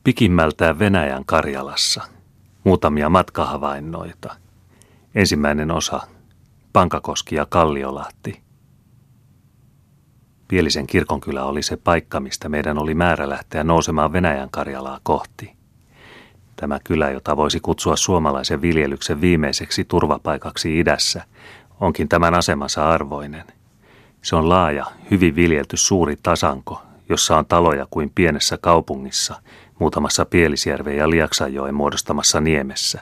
Pikimmältään Venäjän Karjalassa. Muutamia matkahavainnoita. Ensimmäinen osa. Pankakoski ja Kalliolahti. Pielisen kirkonkylä oli se paikka, mistä meidän oli määrä lähteä nousemaan Venäjän Karjalaa kohti. Tämä kylä, jota voisi kutsua suomalaisen viljelyksen viimeiseksi turvapaikaksi idässä, onkin tämän asemansa arvoinen. Se on laaja, hyvin viljelty suuri tasanko, jossa on taloja kuin pienessä kaupungissa, muutamassa Pielisjärven ja Lieksanjoen muodostamassa niemessä.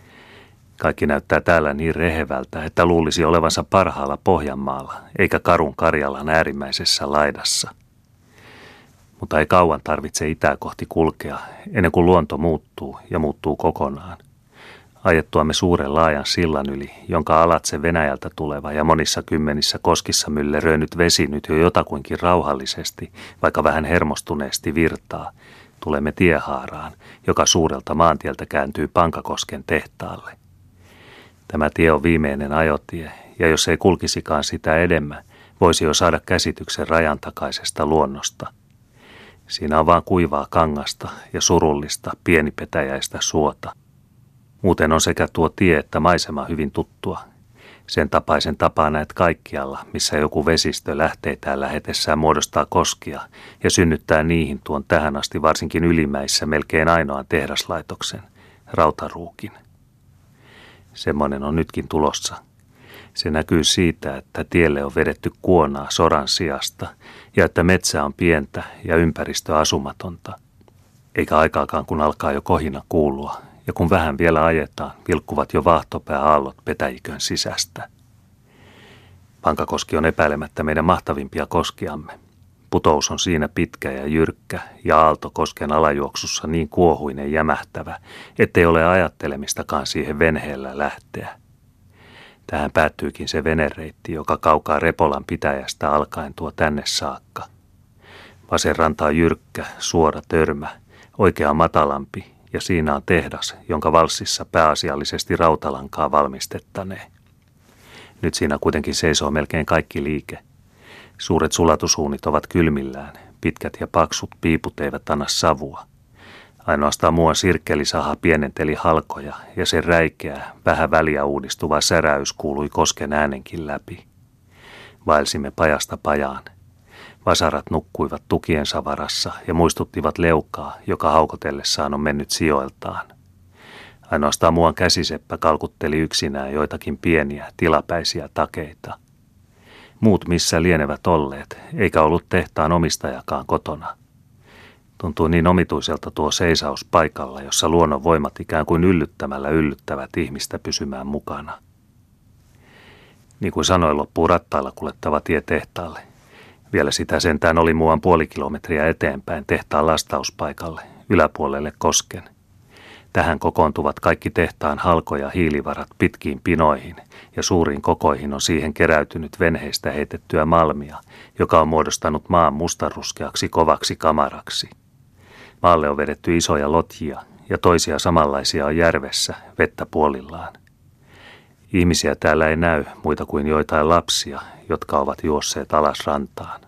Kaikki näyttää täällä niin rehevältä, että luulisi olevansa parhaalla Pohjanmaalla, eikä karun Karjalan äärimmäisessä laidassa. Mutta ei kauan tarvitse itää kohti kulkea, ennen kuin luonto muuttuu ja muuttuu kokonaan. Ajettuamme suuren laajan sillan yli, jonka alatse Venäjältä tuleva ja monissa kymmenissä koskissa mylleröinyt vesi nyt jo jotakuinkin rauhallisesti, vaikka vähän hermostuneesti virtaa, tulemme tiehaaraan, joka suurelta maantieltä kääntyy Pankakosken tehtaalle. Tämä tie on viimeinen ajotie, ja jos ei kulkisikaan sitä edemmä, voisi jo saada käsityksen rajan takaisesta luonnosta. Siinä on vain kuivaa kangasta ja surullista, pienipetäjäistä suota. Muuten on sekä tuo tie että maisema hyvin tuttua. Sen tapaisen tapaa näet kaikkialla, missä joku vesistö lähteitään lähetessään muodostaa koskia ja synnyttää niihin tuon tähän asti varsinkin ylimmäissä melkein ainoan tehdaslaitoksen, Rautaruukin. Semmoinen on nytkin tulossa. Se näkyy siitä, että tielle on vedetty kuonaa soran sijasta ja että metsä on pientä ja ympäristö asumatonta. Eikä aikaakaan kun alkaa jo kohina kuulua ja kun vähän vielä ajetaan, vilkkuvat jo vaahtopääaallot petäjikön sisästä. Pankakoski on epäilemättä meidän mahtavimpia koskiamme. Putous on siinä pitkä ja jyrkkä ja aalto kosken alajuoksussa niin kuohuinen jämähtävä, ettei ole ajattelemistakaan siihen venheellä lähteä. Tähän päättyykin se venereitti, joka kaukaa Repolan pitäjästä alkaen tuo tänne saakka. Vasen ranta on jyrkkä, suora törmä, oikea matalampi ja siinä on tehdas, jonka valssissa pääasiallisesti rautalankaa valmistettaneen. Nyt siinä kuitenkin seisoo melkein kaikki liike. Suuret sulatusuunit ovat kylmillään, pitkät ja paksut piiput eivät anna savua. Ainoastaan muuan sirkkelisaha pienenteli halkoja ja sen räikeä, vähän väliä uudistuva säräys kuului kosken äänenkin läpi. Vaelsimme pajasta pajaan. Vasarat nukkuivat tukiensa varassa ja muistuttivat leukaa, joka haukotellessaan on mennyt sijoiltaan. Ainoastaan muuan käsiseppä kalkutteli yksinään joitakin pieniä, tilapäisiä takeita. Muut missä lienevät olleet, eikä ollut tehtaan omistajakaan kotona. Tuntui niin omituiselta tuo seisaus paikalla, jossa luonnon voimat ikään kuin yllyttämällä yllyttävät ihmistä pysymään mukana. Niin kuin sanoin, loppuu rattailla kuljettava tie tehtaalle. Vielä sitä sentään oli muuan 0,5 kilometriä eteenpäin tehtaan lastauspaikalle, yläpuolelle kosken. Tähän kokoontuvat kaikki tehtaan halko- ja hiilivarat pitkiin pinoihin, ja suuriin kokoihin on siihen keräytynyt venheistä heitettyä malmia, joka on muodostanut maan mustaruskeaksi kovaksi kamaraksi. Maalle on vedetty isoja lotjia, ja toisia samanlaisia on järvessä, vettä puolillaan. Ihmisiä täällä ei näy muita kuin joitain lapsia, jotka ovat juosseet alas rantaan.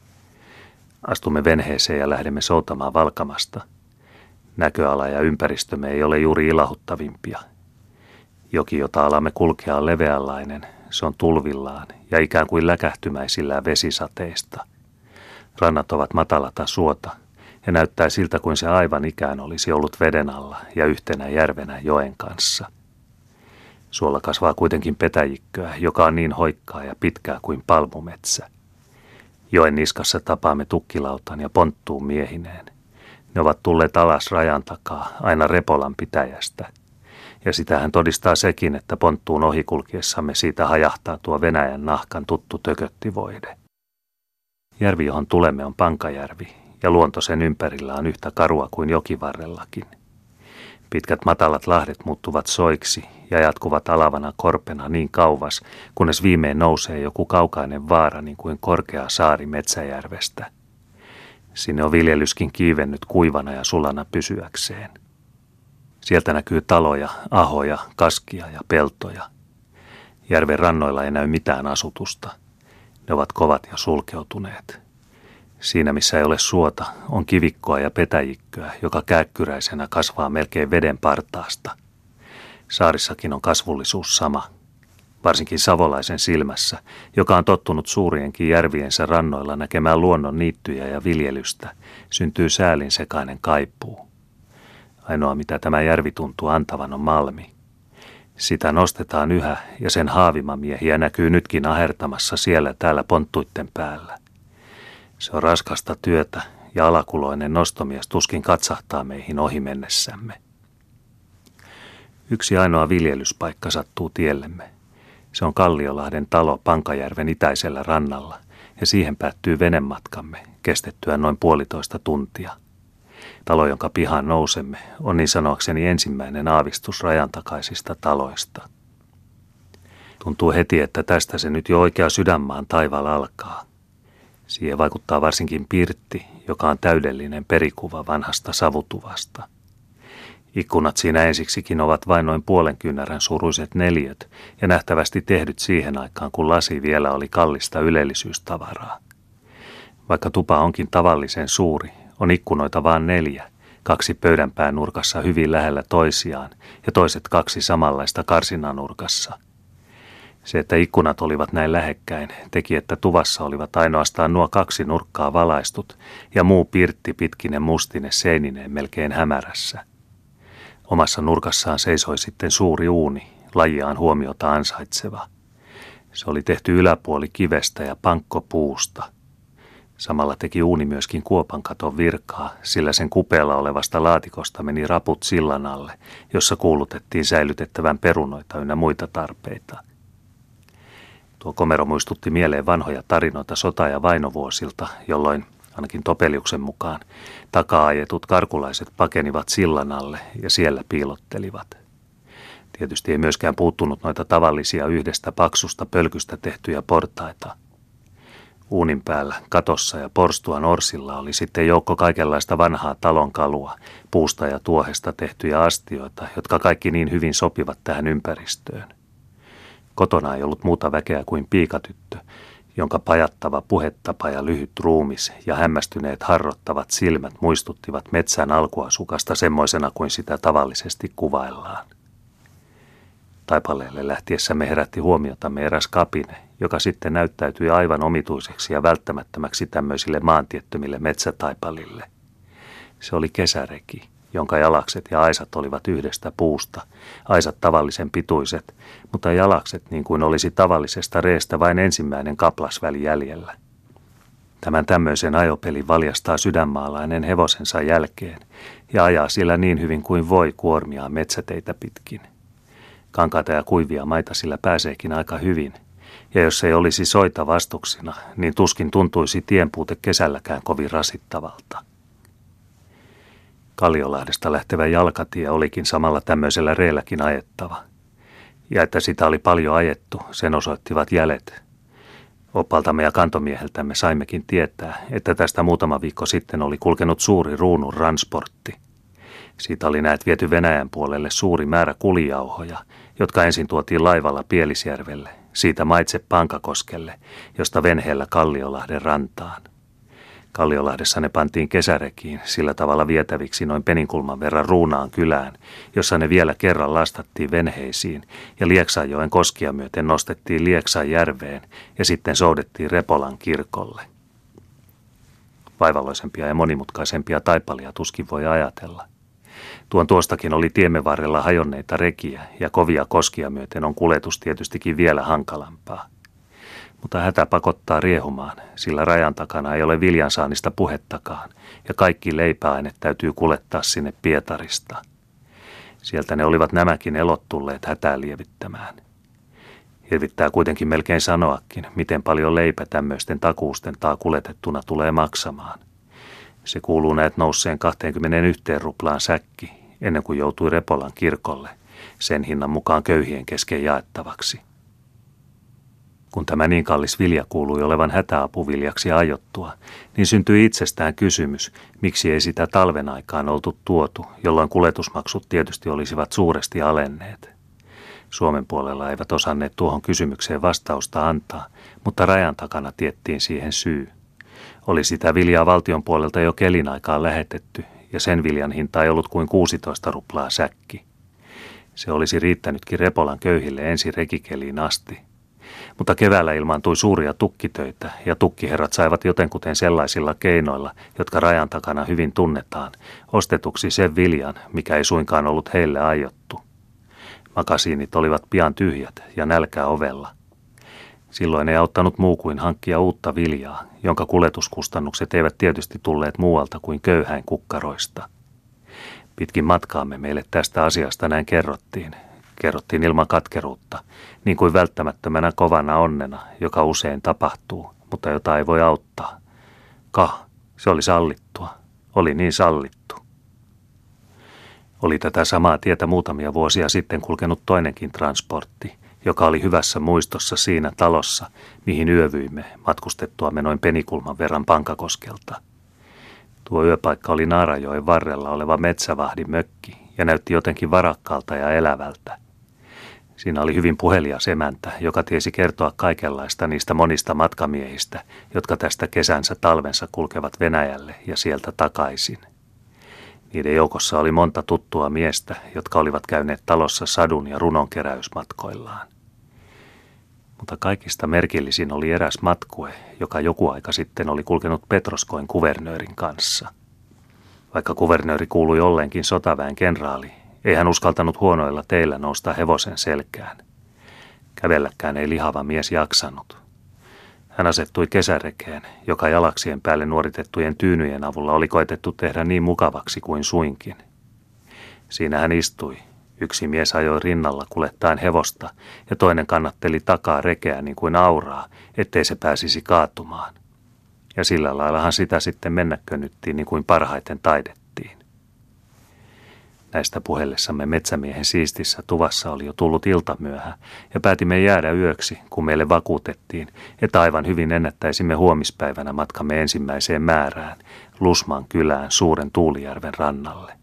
Astumme venheeseen ja lähdemme soutamaan Valkamasta. Näköala ja ympäristömme ei ole juuri ilahuttavimpia. Joki, jota alamme kulkea, on leveänlainen, se on tulvillaan ja ikään kuin läkähtymäisillään vesisateista. Rannat ovat matalata suota ja näyttää siltä kuin se aivan ikään olisi ollut veden alla ja yhtenä järvenä joen kanssa. Suolla kasvaa kuitenkin petäjikköä, joka on niin hoikkaa ja pitkää kuin palmumetsä. Joen niskassa tapaamme tukkilautan ja ponttuun miehineen. Ne ovat tulleet alas rajan takaa, aina Repolan pitäjästä. Ja sitähän todistaa sekin, että ponttuun ohikulkiessamme siitä hajahtaa tuo Venäjän nahkan tuttu tököttivoide. Järvi, johon tulemme, on Pankajärvi, ja luonto sen ympärillä on yhtä karua kuin jokivarrellakin. Pitkät matalat lahdet muuttuvat soiksi ja jatkuvat alavana korpena niin kauas, kunnes viimein nousee joku kaukainen vaara niin kuin korkea saari Metsäjärvestä. Sinne on viljelyskin kiivennyt kuivana ja sulana pysyäkseen. Sieltä näkyy taloja, ahoja, kaskia ja peltoja. Järven rannoilla ei näy mitään asutusta. Ne ovat kovat ja sulkeutuneet. Siinä missä ei ole suota, on kivikkoa ja petäjikköä, joka kääkkyräisenä kasvaa melkein veden partaasta. Saarissakin on kasvullisuus sama. Varsinkin savolaisen silmässä, joka on tottunut suurienkin järviensä rannoilla näkemään luonnon niittyjä ja viljelystä, syntyy säälin sekainen kaipuu. Ainoa mitä tämä järvi tuntuu antavan on malmi. Sitä nostetaan yhä ja sen haavimamiehiä näkyy nytkin ahertamassa siellä täällä ponttuitten päällä. Se on raskasta työtä ja alakuloinen nostomies tuskin katsahtaa meihin ohi mennessämme. Yksi ainoa viljelyspaikka sattuu tiellemme. Se on Kalliolahden talo Pankajärven itäisellä rannalla ja siihen päättyy venematkamme kestettyä noin 1,5 tuntia. Talo, jonka pihaan nousemme, on niin sanoakseni ensimmäinen aavistus rajan takaisista taloista. Tuntuu heti, että tästä se nyt jo oikea sydänmaan taivaalla alkaa. Siihen vaikuttaa varsinkin pirtti, joka on täydellinen perikuva vanhasta savutuvasta. Ikkunat siinä ensiksikin ovat vain noin 0,5 kyynärän suuruiset neliöt ja nähtävästi tehdyt siihen aikaan, kun lasi vielä oli kallista ylellisyystavaraa. Vaikka tupa onkin tavallisen suuri, on ikkunoita vain 4, 2 pöydänpään nurkassa hyvin lähellä toisiaan ja toiset 2 samanlaista karsinanurkassa. Se, että ikkunat olivat näin lähekkäin, teki, että tuvassa olivat ainoastaan nuo 2 nurkkaa valaistut ja muu pirtti pitkinen mustine seinineen melkein hämärässä. Omassa nurkassaan seisoi sitten suuri uuni, lajiaan huomiota ansaitseva. Se oli tehty yläpuoli kivestä ja pankko puusta. Samalla teki uuni myöskin kuopan katon virkaa, sillä sen kupeella olevasta laatikosta meni raput sillan alle, jossa kuulutettiin säilytettävän perunoita ynnä muita tarpeita. Tuo komero muistutti mieleen vanhoja tarinoita sota- ja vainovuosilta, jolloin, ainakin Topeliuksen mukaan, takaa-ajetut karkulaiset pakenivat sillan alle ja siellä piilottelivat. Tietysti ei myöskään puuttunut noita tavallisia yhdestä paksusta pölkystä tehtyjä portaita. Uunin päällä, katossa ja porstuan orsilla oli sitten joukko kaikenlaista vanhaa talonkalua, puusta ja tuohesta tehtyjä astioita, jotka kaikki niin hyvin sopivat tähän ympäristöön. Kotona ei ollut muuta väkeä kuin piikatyttö, jonka pajattava puhetapa ja lyhyt ruumis ja hämmästyneet harrottavat silmät muistuttivat metsän alkuasukasta semmoisena kuin sitä tavallisesti kuvaillaan. Taipaleelle lähtiessämme herätti huomiotamme eräs kapine, joka sitten näyttäytyi aivan omituiseksi ja välttämättömäksi tämmöisille maantiettömille metsätaipalille. Se oli kesäreki, jonka jalakset ja aisat olivat yhdestä puusta, aisat tavallisen pituiset, mutta jalakset niin kuin olisi tavallisesta reestä vain ensimmäinen kaplasväli jäljellä. Tämän tämmöisen ajopelin valjastaa sydänmaalainen hevosensa jälkeen ja ajaa sillä niin hyvin kuin voi kuormia metsäteitä pitkin. Kankaita ja kuivia maita sillä pääseekin aika hyvin, ja jos ei olisi soita vastuksina, niin tuskin tuntuisi tienpuute kesälläkään kovin rasittavalta. Kalliolahdesta lähtevä jalkatie olikin samalla tämmöisellä reelläkin ajettava. Ja että sitä oli paljon ajettu, sen osoittivat jäljet. Opaltamme ja kantomieheltämme saimmekin tietää, että tästä muutama viikko sitten oli kulkenut suuri ruunun transportti. Siitä oli näet viety Venäjän puolelle suuri määrä kulijauhoja, jotka ensin tuotiin laivalla Pielisjärvelle, siitä maitse Pankakoskelle, josta venheellä Kalliolahden rantaan. Kalliolahdessa ne pantiin kesärekiin sillä tavalla vietäviksi noin peninkulman verran Ruunaan kylään, jossa ne vielä kerran lastattiin venheisiin ja Lieksanjoen koskia myöten nostettiin Lieksanjärveen ja sitten soudettiin Repolan kirkolle. Vaivalloisempia ja monimutkaisempia taipalia tuskin voi ajatella. Tuostakin oli tiemme varrella hajonneita rekiä ja kovia koskia myöten on kuljetus tietystikin vielä hankalampaa. Mutta hätä pakottaa riehumaan, sillä rajan takana ei ole viljansaannista puhettakaan, ja kaikki leipäaineet täytyy kuljettaa sinne Pietarista. Sieltä ne olivat nämäkin elot tulleet hätää lievittämään. Hirvittää kuitenkin melkein sanoakin, miten paljon leipä tämmöisten takuusten taa kuljetettuna tulee maksamaan. Se kuuluu näet nousseen 21 ruplaan säkki, ennen kuin joutui Repolan kirkolle, sen hinnan mukaan köyhien kesken jaettavaksi. Kun tämä niin kallis vilja kuului olevan hätäapuviljaksi aiottua, niin syntyi itsestään kysymys, miksi ei sitä talven aikaan oltu tuotu, jolloin kuljetusmaksut tietysti olisivat suuresti alenneet. Suomen puolella eivät osanneet tuohon kysymykseen vastausta antaa, mutta rajan takana tiettiin siihen syy. Oli sitä viljaa valtion puolelta jo kelinaikaan lähetetty, ja sen viljan hinta ei ollut kuin 16 ruplaa säkki. Se olisi riittänytkin Repolan köyhille ensi rekikeliin asti. Mutta keväällä ilmaantui suuria tukkitöitä, ja tukkiherrat saivat jotenkuten sellaisilla keinoilla, jotka rajan takana hyvin tunnetaan, ostetuksi sen viljan, mikä ei suinkaan ollut heille aiottu. Makasiinit olivat pian tyhjät ja nälkä ovella. Silloin ei auttanut muu kuin hankkia uutta viljaa, jonka kuljetuskustannukset eivät tietysti tulleet muualta kuin köyhäin kukkaroista. Pitkin matkaamme meille tästä asiasta näin kerrottiin. Kerrottiin ilman katkeruutta, niin kuin välttämättömänä kovana onnena, joka usein tapahtuu, mutta jota ei voi auttaa. Se oli sallittua. Oli niin sallittu. Oli tätä samaa tietä muutamia vuosia sitten kulkenut toinenkin transportti, joka oli hyvässä muistossa siinä talossa, mihin yövyimme matkustettuamme noin penikulman verran Pankakoskelta. Tuo yöpaikka oli Naarajoen varrella oleva metsävahdin mökki ja näytti jotenkin varakkaalta ja elävältä. Siinä oli hyvin puhelias emäntä, joka tiesi kertoa kaikenlaista niistä monista matkamiehistä, jotka tästä kesänsä talvensa kulkevat Venäjälle ja sieltä takaisin. Niiden joukossa oli monta tuttua miestä, jotka olivat käyneet talossa sadun ja runonkeräysmatkoillaan. Mutta kaikista merkillisin oli eräs matkue, joka joku aika sitten oli kulkenut Petroskoin kuvernöörin kanssa. Vaikka kuvernööri kuului olleenkin sotaväen kenraali, ei hän uskaltanut huonoilla teillä nousta hevosen selkään. Kävelläkään ei lihava mies jaksanut. Hän asettui kesärekeen, joka jalaksien päälle nuoritettujen tyynyjen avulla oli koetettu tehdä niin mukavaksi kuin suinkin. Siinä hän istui. Yksi mies ajoi rinnalla kuljettaen hevosta ja toinen kannatteli takaa rekeä niin kuin auraa, ettei se pääsisi kaatumaan. Ja sillä laillahan sitä sitten mennäkönyttiin niin kuin parhaiten taidettiin. Näistä puhellessamme metsämiehen siistissä tuvassa oli jo tullut iltamyöhä ja päätimme jäädä yöksi, kun meille vakuutettiin, että aivan hyvin ennättäisimme huomispäivänä matkamme ensimmäiseen määrään, Lusman kylään Suuren Tuulijärven rannalle.